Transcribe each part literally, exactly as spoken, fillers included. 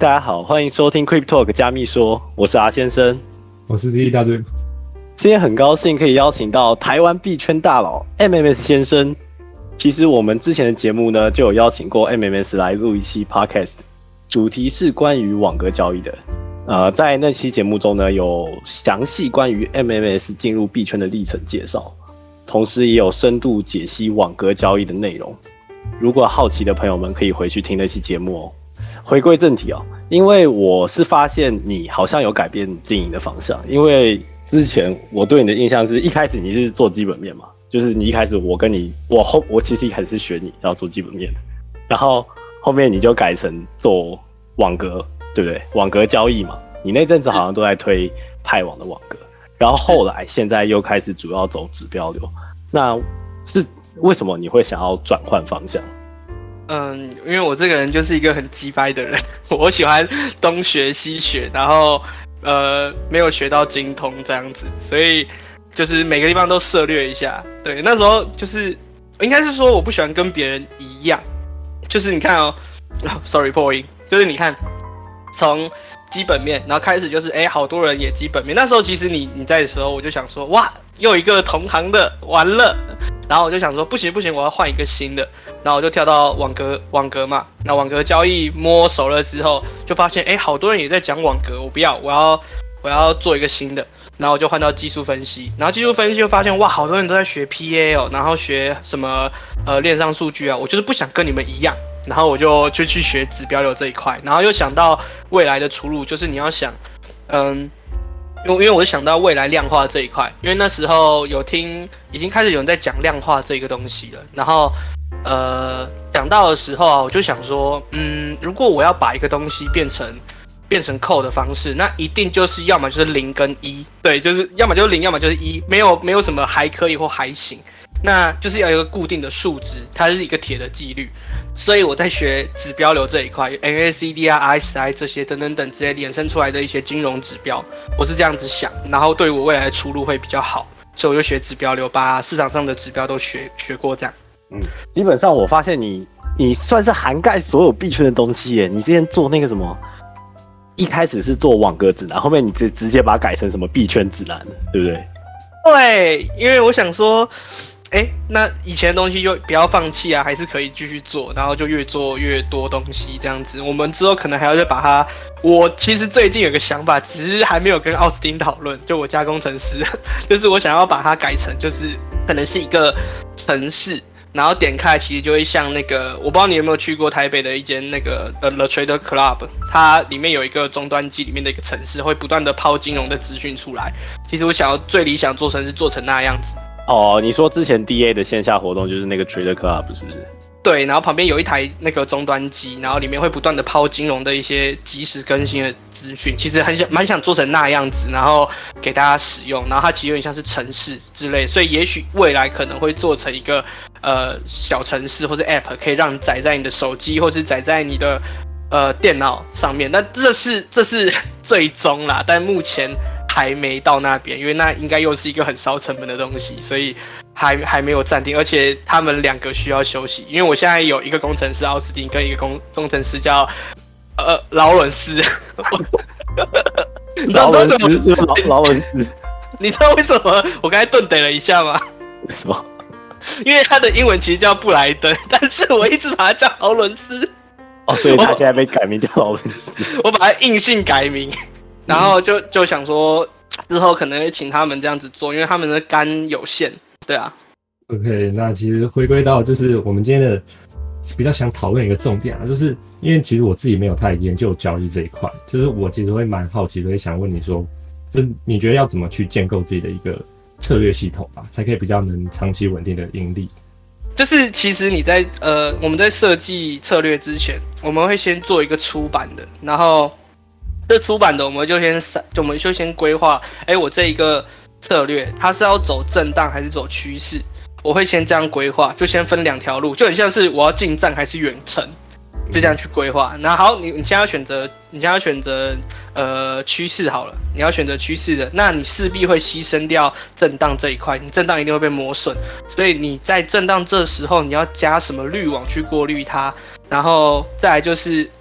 大家好，欢迎收听 Crypto Talk 加密说，我是阿先生， 我是 T W。 今天很高兴可以邀请到台湾币圈大佬 M M S 先生。其实我们之前的节目呢，就有邀请过 M M S 来录一期 Podcast， 主题是关于网格交易的。呃，在那期节目中呢，有详细关于 M M S 进入币圈的历程介绍，同时也有深度解析网格交易的内容。如果好奇的朋友们可以回去听那期节目哦。回归正题哦，因为我是发现你好像有改变经营的方向，因为之前我对你的印象是一开始你是做基本面嘛，就是你一开始我跟你我后我其实一开始是学你要做基本面的，然后后面你就改成做网格，对不对？网格交易嘛，你那阵子好像都在推派网的网格，然后后来现在又开始主要走指标流，那是为什么你会想要转换方向？ 嗯，因为我这个人就是一个很鸡掰的人，我喜欢东学西学，然后呃没有学到精通这样子，所以就是每个地方都涉略一下。对，那时候就是应该是说我不喜欢跟别人一样，就是你看哦 ，sorry 破音，就是你看从基本面，然后开始就是哎、欸，好多人也基本面。那时候其实你你在的时候，我就想说哇，又一个同行的完了。然后我就想说不行不行，我要换一个新的，然后我就跳到网格网格嘛，那网格交易摸熟了之后，就发现哎，好多人也在讲网格，我不要，我要我要做一个新的，然后我就换到技术分析，然后技术分析就发现哇，好多人都在学 P A 哦，然后学什么呃链上数据啊，我就是不想跟你们一样，然后我就就去学指标流这一块，然后又想到未来的出路，就是你要想，嗯。因为因为我是想到未来量化这一块，因为那时候有听已经开始有人在讲量化这个东西了，然后呃讲到的时候啊，我就想说，嗯，如果我要把一个东西变成变成扣的方式，那一定就是要么就是零跟一，对，就是要么就是零，要么就是一，没有没有什么还可以或还行，那就是要有一个固定的数值，它是一个铁的纪律。所以我在学指标流这一块 ，N A C D 啊、R S I 这些等等等之类衍生出来的一些金融指标，我是这样子想，然后对于我未来的出路会比较好，所以我就学指标流，把市场上的指标都学学过这样。 嗯，基本上我发现你你算是涵盖所有币圈的东西耶。你之前做那个什么，一开始是做网格指南，后面你直直接把它改成什么币圈指南，对不对？ 对，因为我想说。哎，那以前的东西就不要放弃啊，还是可以继续做，然后就越做越多东西这样子。我们之后可能还要再把它，我其实最近有个想法，只是还没有跟奥斯汀讨论，就我家工程师，就是我想要把它改成，就是可能是一个城市，然后点开其实就会像那个，我不知道你有没有去过台北的一间那个呃 The Trader Club， 它里面有一个终端机里面的一个城市，会不断的抛金融的资讯出来。其实我想要最理想做成是做成那样子。 哦，你说之前 D A 的线下活动就是那个 Trader Club 是不是？ 对，然后旁边有一台那个终端机，然后里面会不断的抛金融的一些即时更新的资讯，其实很想蛮想做成那样子，然后给大家使用，然后它其实有点像是程式之类，所以也许未来可能会做成一个呃小程式或者 App， 可以让你载在你的手机或是载在你的呃电脑上面。那这是这是最终啦，但目前还没到那边，因为那应该又是一个很烧成本的东西，所以还还没有暂定，而且他们两个需要休息。因为我现在有一个工程师奥斯汀，跟一个工工程师叫呃劳伦斯。你知道为什么是劳劳伦斯？ 你知道为什么我刚才顿等了一下吗？ 为什么？ 因为他的英文其实叫布莱登，但是我一直把他叫劳伦斯。 哦，所以他现在被改名叫劳伦斯。 我把他硬性改名。然后就就想说，之后可能会请他们这样子做，因为他们的肝有限，对啊。 OK， 那其实回归到就是我们今天的比较想讨论一个重点啊，就是因为其实我自己没有太研究交易这一块，就是我其实会蛮好奇的，会想问你说，就是你觉得要怎么去建构自己的一个策略系统吧，才可以比较能长期稳定的盈利？ 就是其实你在呃我们在设计策略之前，我们会先做一个初版的，然后。这出版的我们就先我们就先规划，哎，我这一个策略它是要走震荡还是走趋势？我会先这样规划，就先分两条路，就很像是我要近战还是远程，就这样去规划。那好，你你现在要选择，你现在要选择呃趋势好了，你要选择趋势的，那你势必会牺牲掉震荡这一块，你震荡一定会被磨损，所以你在震荡这时候你要加什么滤网去过滤它，然后再来就是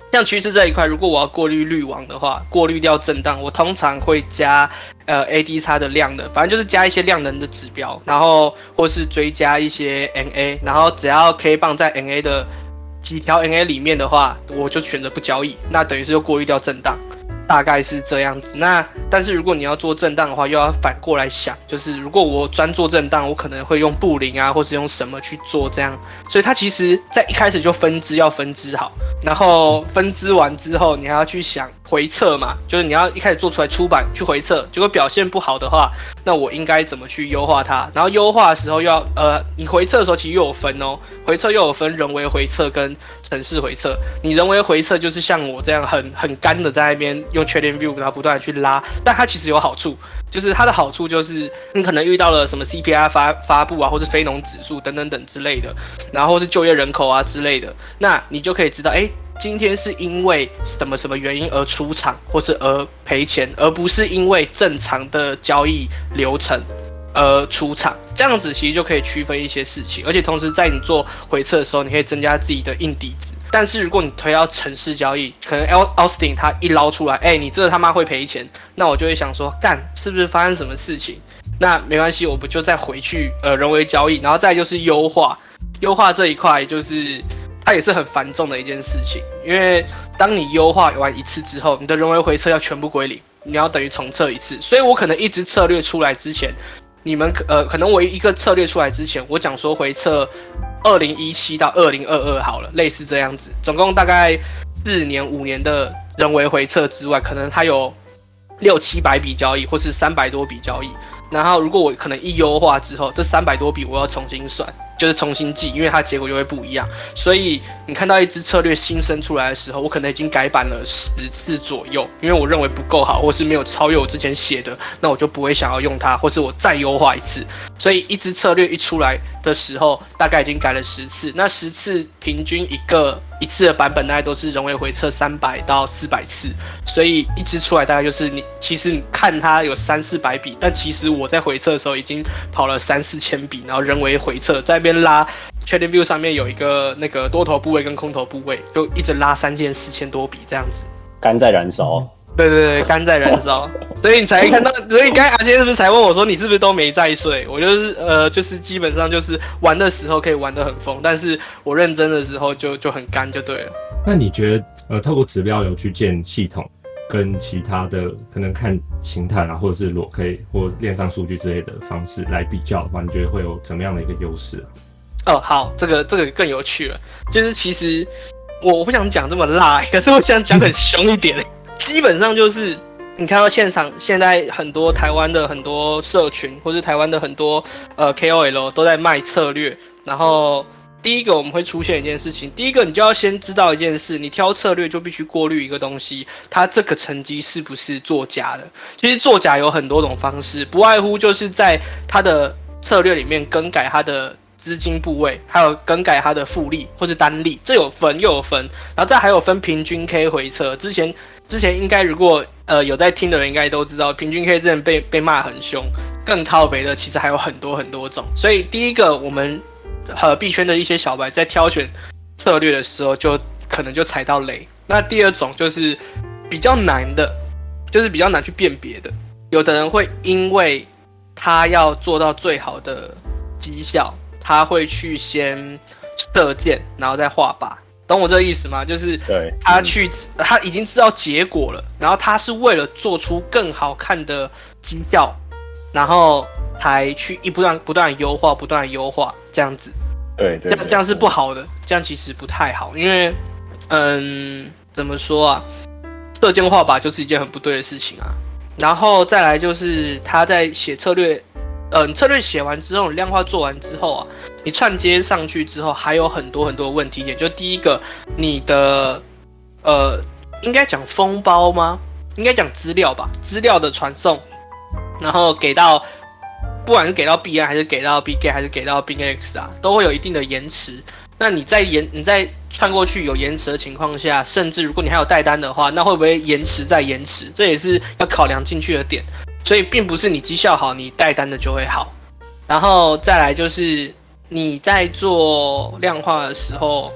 像趋势这一块，如果我要过滤滤网的话，过滤掉震荡，我通常会加呃 A D X 的量能，反正就是加一些量能的指标，然后或是追加一些 N A， 然后只要 K 棒在 N A 的几条 N A 里面的话，我就选择不交易，那等于是就过滤掉震荡。大概是这样子。那但是如果你要做震荡的话，又要反过来想，就是如果我专做震荡，我可能会用布林啊，或是用什么去做这样。所以它其实在一开始就分支要分支好，然后分支完之后，你还要去想回测嘛，就是你要一开始做出来出版去回测，结果表现不好的话，那我应该怎么去优化它？然后优化的时候又要呃，你回测的时候其实又有分哦，回测又有分人为回测跟程式回测。你人为回测就是像我这样很很干的在那边用 TradingView 然后不断的去拉，但它其实有好处，就是它的好处就是你可能遇到了什么 C P I 发发布啊，或是非农指数等等等之类的，然后是就业人口啊之类的，那你就可以知道，哎，今天是因为什么什么原因而出场，或是而赔钱，而不是因为正常的交易流程而出场，这样子其实就可以区分一些事情，而且同时在你做回测的时候，你可以增加自己的硬底子。但是如果你推到程式交易，可能 Austin 他一捞出来，哎、欸，你这他妈会赔钱，那我就会想说，干，是不是发生什么事情？那没关系，我不就再回去呃人为交易，然后再就是优化，优化这一块就是它也是很繁重的一件事情，因为当你优化完一次之后，你的人为回测要全部归零，你要等于重测一次，所以我可能一支策略出来之前。你们呃，可能我一个策略出来之前，我讲说回测二零一七到二零二二好了，类似这样子，总共大概四年五年的人为回测之外，可能它有六七百笔交易，或是三百多笔交易。然后如果我可能一优化之后，这三百多笔我要重新算，就是重新记，因为它结果就会不一样。所以你看到一支策略新生出来的时候，我可能已经改版了十次左右，因为我认为不够好，或是没有超越我之前写的，那我就不会想要用它，或是我再优化一次。所以一支策略一出来的时候，大概已经改了十次，那十次平均一个一次的版本大概都是人为回测三百到四百次，所以一支出来大概就是你其实你看它有三四百笔，但其实我在回测的时候已经跑了三四千笔，然后人为回测在那边拉 TradingView 上面有一个那个多头部位跟空头部位，就一直拉三千四千多笔这样子， 肝在燃烧。 对对对，肝在燃烧，所以你才看到，所以刚才阿杰是不是才问我说你是不是都没在睡？我就是呃，就是基本上就是玩的时候可以玩得很疯，但是我认真的时候就就很干就对了。 那你觉得呃，透过指标流去建系统，跟其他的可能看形态啊，或者是裸 K 或链上数据之类的方式来比较的话，你觉得会有怎么样的一个优势啊？ 哦，好，这个这个更有趣了，就是其实我我不想讲这么辣，可是我想讲很凶一点。基本上就是你看到现场现在很多台湾的很多社群，或是台湾的很多呃 K O L 都在卖策略，然后第一个我们会出现一件事情，第一个你就要先知道一件事，你挑策略就必须过滤一个东西，它这个成绩是不是作假的。其实作假有很多种方式，不外乎就是在它的策略里面更改它的资金部位，还有更改它的复利或是单利，这有分又有分，然后再还有分平均 K 回测。之前之前应该如果呃有在听的人应该都知道，平均 K 之前被被骂很凶，更靠北的其实还有很多很多种。所以第一个我们呃币圈的一些小白在挑选策略的时候，就可能就踩到雷。那第二种就是比较难的，就是比较难去辨别的。有的人会因为他要做到最好的绩效，他会去先射箭，然后再画靶。懂我这个意思吗？就是他去，嗯、他已经知道结果了，然后他是为了做出更好看的绩效，然后才去一不断不断优化，不断优化这样子。 对 对, 对， 这样这样是不好的，这样其实不太好，因为，嗯，怎么说啊？射箭画靶就是一件很不对的事情啊。然后再来就是他在写策略。呃，你策略写完之后，你量化做完之后啊，你串接上去之后，还有很多很多问题点。就第一个，你的呃，应该讲封包吗？应该讲资料吧，资料的传送，然后给到，不管是给到币安还是给到 B G 还是给到 B I X 啊，都会有一定的延迟。那你在延你在串过去有延迟的情况下，甚至如果你还有带单的话，那会不会延迟再延迟？这也是要考量进去的点。所以并不是你绩效好，你带单的就会好。然后再来就是你在做量化的时候，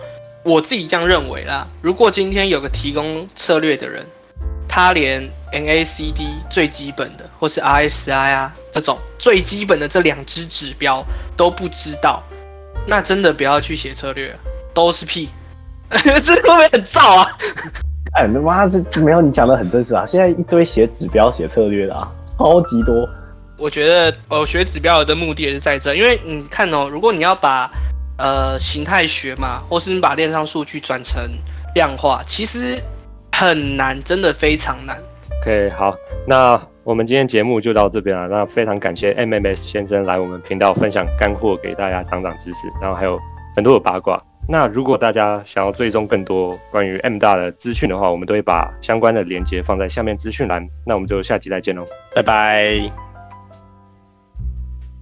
我自己这样认为啦。如果今天有个提供策略的人，他连 N A C D 最基本的，或是 R S I 啊这种最基本的这两支指标都不知道，那真的不要去写策略，都是屁。这会不会很燥啊？ 哎，他妈这没有你讲的很真实啊！现在一堆写指标、写策略的啊，超级多。 我觉得呃，学指标的目的也是在这，因为你看哦，如果你要把呃形态学嘛，或是你把链上数据转成量化，其实很难，真的非常难。 OK， 好，那我们今天节目就到这边了。那非常感谢 M M S 先生来我们频道分享干货给大家长长知识，然后还有很多的八卦。那如果大家想要追踪更多关于 M 大的资讯的话，我们都会把相关的连结放在下面资讯栏。那我们就下集再见喽， 拜拜。